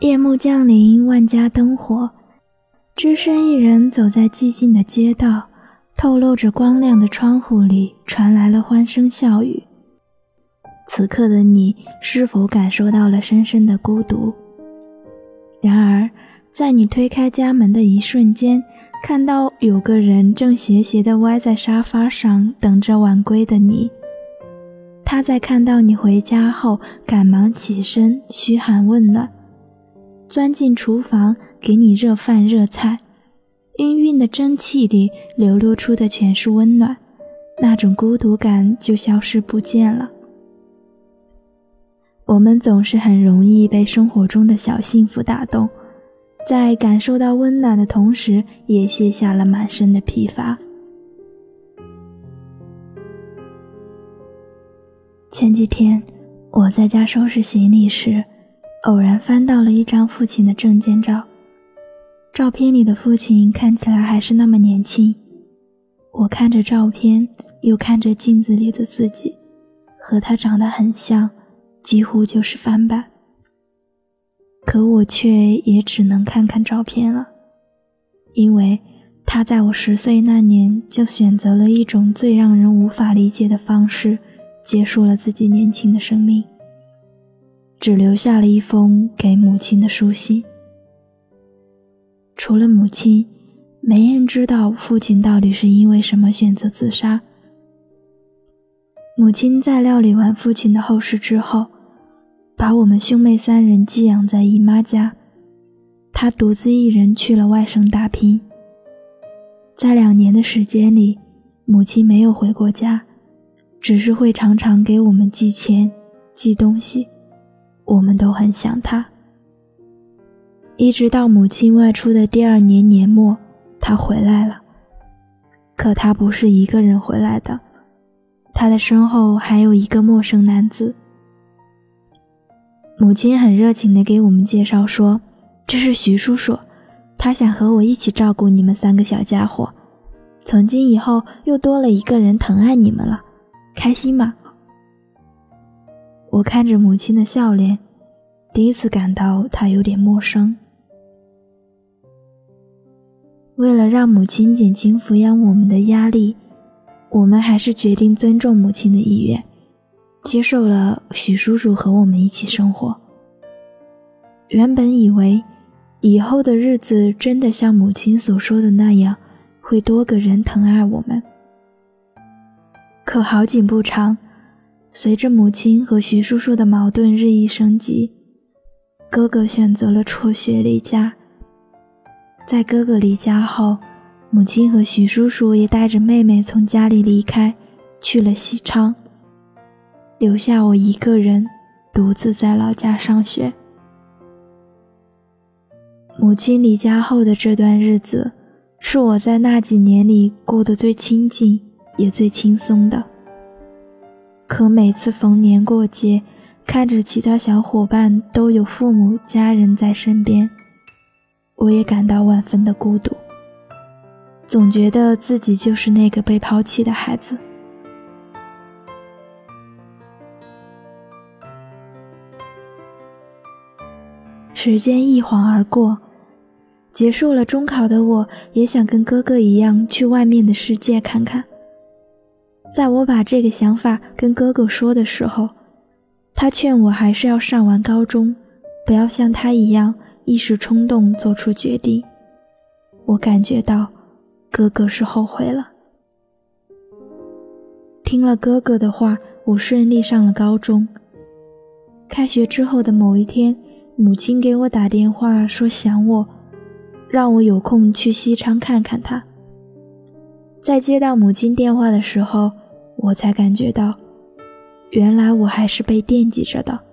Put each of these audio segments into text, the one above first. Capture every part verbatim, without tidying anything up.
夜幕降临，万家灯火，只身一人走在寂静的街道，透露着光亮的窗户里传来了欢声笑语。此刻的你是否感受到了深深的孤独？然而在你推开家门的一瞬间，看到有个人正斜斜地歪在沙发上等着晚归的你。他在看到你回家后赶忙起身嘘寒问暖，钻进厨房给你热饭热菜，氤氲的蒸汽里流露出的全是温暖，那种孤独感就消失不见了。我们总是很容易被生活中的小幸福打动，在感受到温暖的同时，也卸下了满身的疲乏。前几天我在家收拾行李时，偶然翻到了一张父亲的证件照。照片里的父亲看起来还是那么年轻，我看着照片，又看着镜子里的自己，和他长得很像，几乎就是翻版。可我却也只能看看照片了，因为他在我十岁那年就选择了一种最让人无法理解的方式，结束了自己年轻的生命，只留下了一封给母亲的书信。除了母亲，没人知道父亲到底是因为什么选择自杀。母亲在料理完父亲的后事之后，把我们兄妹三人寄养在姨妈家，她独自一人去了外省打拼。在两年的时间里，母亲没有回过家，只是会常常给我们寄钱寄东西，我们都很想她。一直到母亲外出的第二年年末，她回来了。可她不是一个人回来的，她的身后还有一个陌生男子。母亲很热情地给我们介绍说，这是徐叔叔，他想和我一起照顾你们三个小家伙，从今以后又多了一个人疼爱你们了，开心吗？我看着母亲的笑脸，第一次感到她有点陌生。为了让母亲减轻抚养我们的压力，我们还是决定尊重母亲的意愿，接受了许叔叔和我们一起生活。原本以为以后的日子真的像母亲所说的那样，会多个人疼爱我们。可好景不长，随着母亲和徐叔叔的矛盾日益升级，哥哥选择了辍学离家。在哥哥离家后，母亲和徐叔叔也带着妹妹从家里离开，去了西昌，留下我一个人独自在老家上学。母亲离家后的这段日子，是我在那几年里过得最清静也最轻松的。可每次逢年过节，看着其他小伙伴都有父母家人在身边，我也感到万分的孤独，总觉得自己就是那个被抛弃的孩子。时间一晃而过，结束了中考的我也想跟哥哥一样去外面的世界看看。在我把这个想法跟哥哥说的时候，他劝我还是要上完高中，不要像他一样一时冲动做出决定。我感觉到哥哥是后悔了。听了哥哥的话，我顺利上了高中。开学之后的某一天，母亲给我打电话说想我，让我有空去西昌看看她。在接到母亲电话的时候，我才感觉到，原来我还是被惦记着的。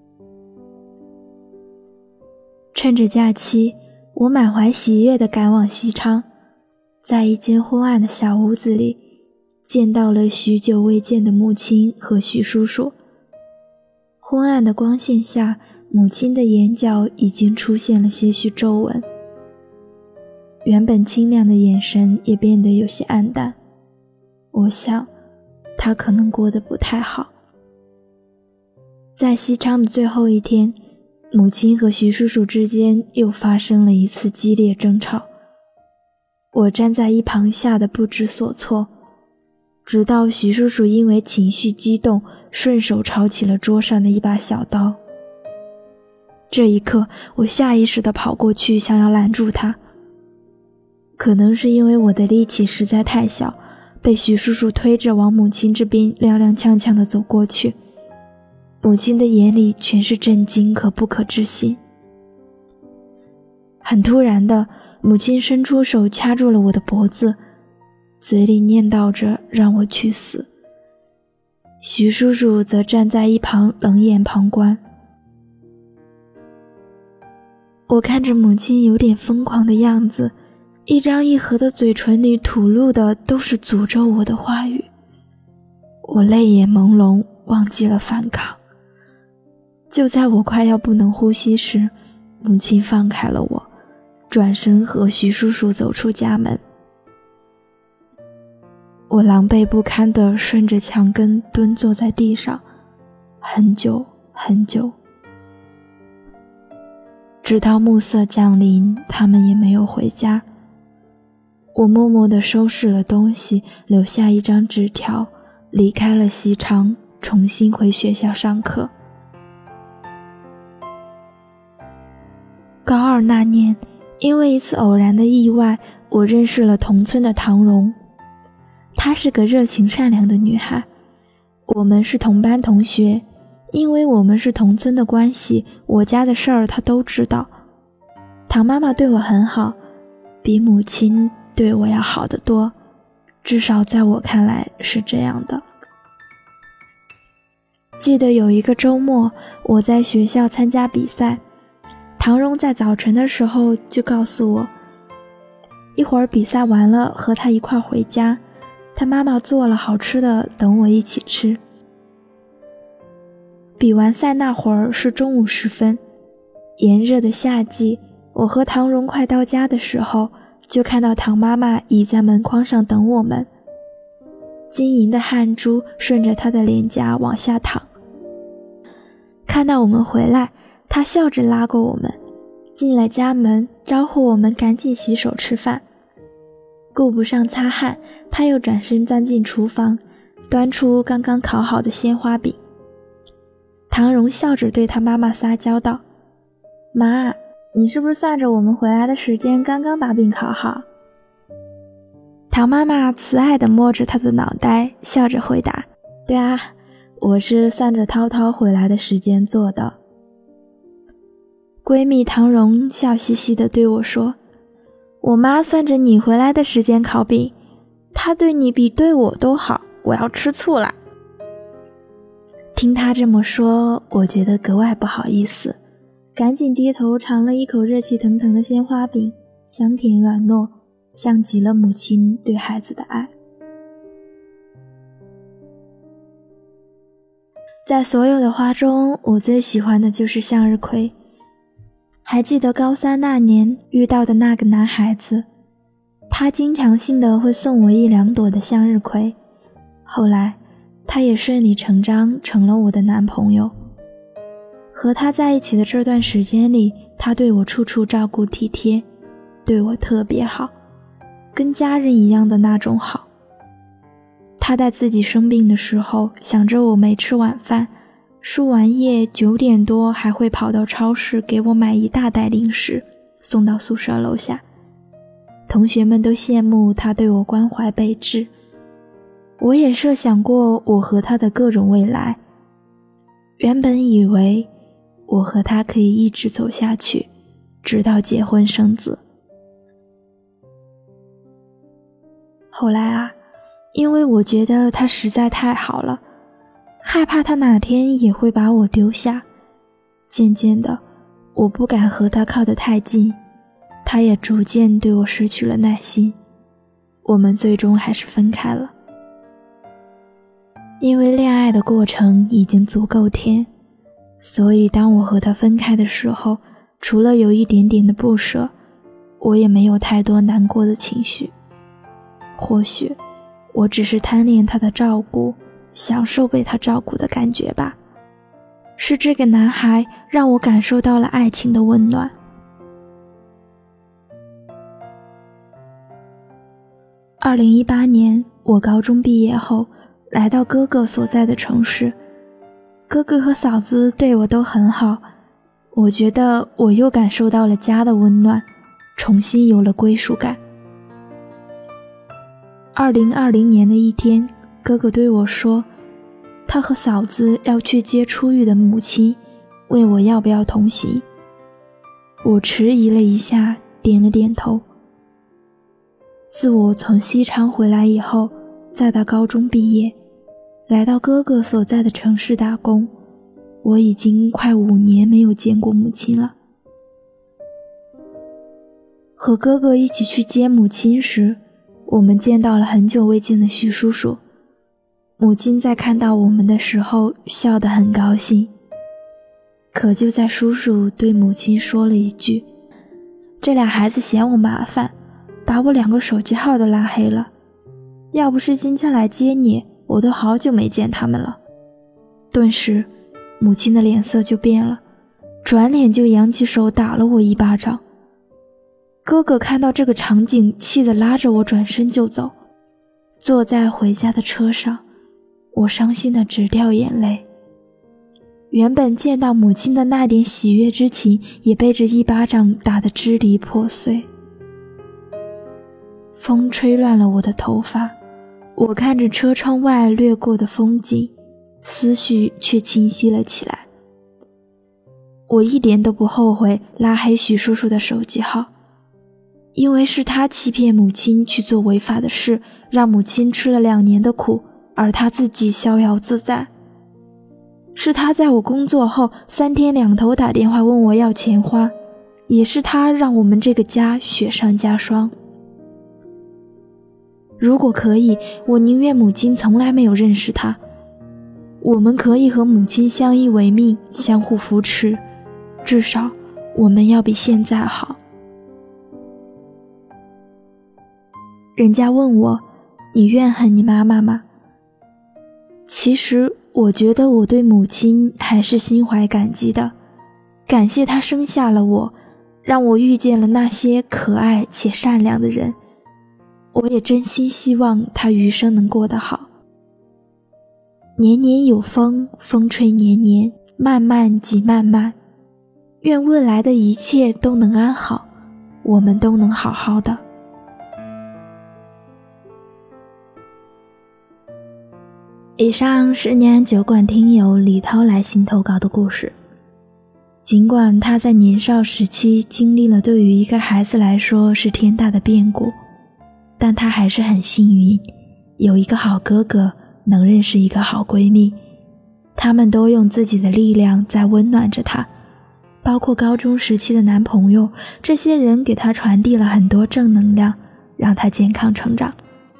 趁着假期，我满怀喜悦地赶往西昌，在一间昏暗的小屋子里，见到了许久未见的母亲和徐叔叔。昏暗的光线下，母亲的眼角已经出现了些许皱纹，原本清亮的眼神也变得有些暗淡。我想，她可能过得不太好。在西昌的最后一天， 母亲和徐叔叔之间又发生了一次激烈争吵。我站在一旁吓得不知所措，直到徐叔叔因为情绪激动，顺手抄起了桌上的一把小刀。这一刻，我下意识地跑过去，想要拦住他。可能是因为我的力气实在太小，被徐叔叔推着往母亲这边踉踉跄跄地走过去。母亲的眼里全是震惊和不可置信。很突然的，母亲伸出手掐住了我的脖子，嘴里念叨着让我去死。徐叔叔则站在一旁冷眼旁观。我看着母亲有点疯狂的样子，一张一合的嘴唇里吐露的都是诅咒我的话语。我泪眼朦胧，忘记了反抗。就在我快要不能呼吸时，母亲放开了我，转身和徐叔叔走出家门。我狼狈不堪地顺着墙根蹲坐在地上，很久很久，直到暮色降临，他们也没有回家。我默默地收拾了东西，留下一张纸条，离开了西昌，重新回学校上课。高二那年，因为一次偶然的意外，我认识了同村的唐蓉。她是个热情善良的女孩，我们是同班同学，因为我们是同村的关系，我家的事儿她都知道。唐妈妈对我很好，比母亲对我要好得多，至少在我看来是这样的。记得有一个周末，我在学校参加比赛，唐蓉在早晨的时候就告诉我，一会儿比赛完了和她一块回家，她妈妈做了好吃的等我一起吃。比完赛那会儿是中午时分，炎热的夏季，我和唐蓉快到家的时候，就看到唐妈妈倚在门框上等我们，晶莹的汗珠顺着她的脸颊往下淌。看到我们回来，她笑着拉过我们进了家门，招呼我们赶紧洗手吃饭。顾不上擦汗，她又转身钻进厨房，端出刚刚烤好的鲜花饼。唐蓉笑着对她妈妈撒娇道，妈，你是不是算着我们回来的时间刚刚把饼烤好？唐妈妈慈爱地摸着她的脑袋，笑着回答，对啊，我是算着涛涛回来的时间做的。闺蜜唐蓉笑嘻嘻地对我说，我妈算着你回来的时间烤饼，她对你比对我都好，我要吃醋啦。听她这么说，我觉得格外不好意思，赶紧低头尝了一口热气腾腾的鲜花饼，香甜软糯，像极了母亲对孩子的爱。在所有的花中，我最喜欢的就是向日葵。还记得高三那年遇到的那个男孩子，他经常性的会送我一两朵的向日葵，后来他也顺理成章成了我的男朋友。和他在一起的这段时间里，他对我处处照顾体贴，对我特别好，跟家人一样的那种好。他在自己生病的时候，想着我没吃晚饭，输完液九点多还会跑到超市给我买一大袋零食，送到宿舍楼下。同学们都羡慕他对我关怀备至，我也设想过我和他的各种未来。原本以为我和他可以一直走下去，直到结婚生子。后来啊，因为我觉得他实在太好了，害怕他哪天也会把我丢下，渐渐的我不敢和他靠得太近，他也逐渐对我失去了耐心，我们最终还是分开了。因为恋爱的过程已经足够甜，所以当我和他分开的时候，除了有一点点的不舍，我也没有太多难过的情绪。或许我只是贪恋他的照顾，享受被他照顾的感觉吧。 是这个男孩让我感受到了爱情的温暖。二零一八年，我高中毕业后，来到哥哥所在的城市。哥哥和嫂子对我都很好，我觉得我又感受到了家的温暖，重新有了归属感。二零二零年的一天，哥哥对我说，他和嫂子要去接出狱的母亲，问我要不要同行。我迟疑了一下，点了点头。自我从西昌回来以后，再到高中毕业，来到哥哥所在的城市打工，我已经快五年没有见过母亲了。和哥哥一起去接母亲时，我们见到了很久未见的徐叔叔。母亲在看到我们的时候笑得很高兴，可就在叔叔对母亲说了一句，这俩孩子嫌我麻烦，把我两个手机号都拉黑了，要不是今天来接你，我都好久没见他们了。顿时母亲的脸色就变了，转脸就扬起手打了我一巴掌。哥哥看到这个场景，气得拉着我转身就走。坐在回家的车上，我伤心得直掉眼泪。原本见到母亲的那点喜悦之情，也被这一巴掌打得支离破碎。风吹乱了我的头发，我看着车窗外掠过的风景，思绪却清晰了起来。我一点都不后悔拉黑许叔叔的手机号，因为是他欺骗母亲去做违法的事，让母亲吃了两年的苦，而他自己逍遥自在。是他在我工作后三天两头打电话问我要钱花，也是他让我们这个家雪上加霜。如果可以，我宁愿母亲从来没有认识他。我们可以和母亲相依为命，相互扶持，至少我们要比现在好。人家问我，你怨恨你妈妈吗？其实我觉得我对母亲还是心怀感激的，感谢她生下了我，让我遇见了那些可爱且善良的人。我也真心希望她余生能过得好。年年有风，风吹年年，漫漫即漫漫。愿未来的一切都能安好，我们都能好好的。以上是念安酒馆听友李涛来信投稿的故事。尽管他在年少时期经历了对于一个孩子来说是天大的变故，但他还是很幸运，有一个好哥哥，能认识一个好闺蜜，他们都用自己的力量在温暖着他。包括高中时期的男朋友，这些人给他传递了很多正能量，让他健康成长。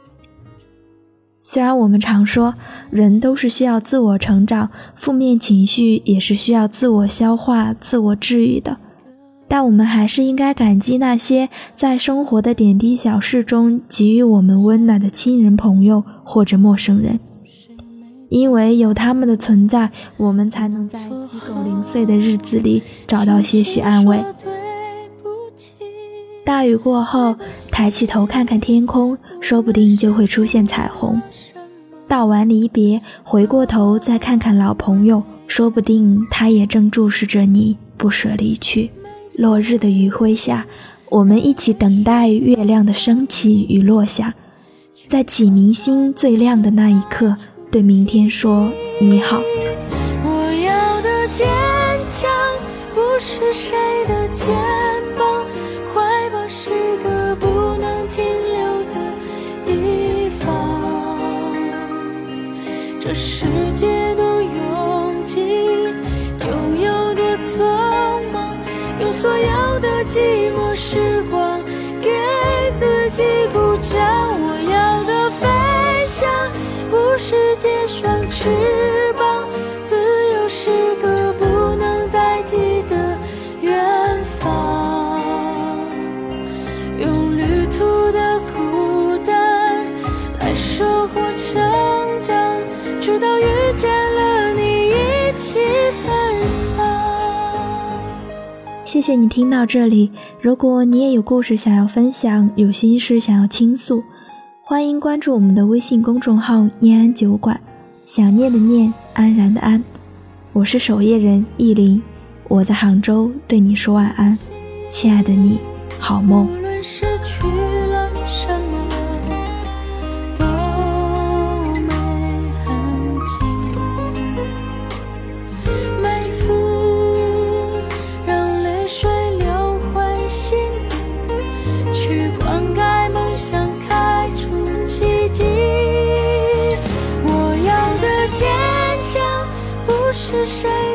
虽然我们常说人都是需要自我成长，负面情绪也是需要自我消化、自我治愈的，但我们还是应该感激那些在生活的点滴小事中给予我们温暖的亲人、朋友或者陌生人。因为有他们的存在，我们才能在鸡狗零碎的日子里找到些许安慰。大雨过后，抬起头看看天空，说不定就会出现彩虹。道完离别，回过头再看看老朋友，说不定他也正注视着你，不舍离去。落日的余晖下，我们一起等待月亮的升起与落下，在启明星最亮的那一刻，对明天说你好。 我要的坚强不是谁的肩膀，怀抱是个不能停留的地方。这世界多拥挤，就有多匆忙，用所有的寂寞时光给自己鼓掌。我要的飞翔不是结双翅膀，自由是个不能代替的远方。用旅途的孤单来收获成长，直到遇见谢谢你听到这里。如果你也有故事想要分享，有心事想要倾诉，欢迎关注我们的微信公众号念安酒馆，想念的念，安然的安。我是守夜人意林，我在杭州对你说晚安，亲爱的你，好梦。 无论失去了什么都没痕迹，每次让泪水流回心底，去灌溉梦想开出奇迹。我要的坚强不是谁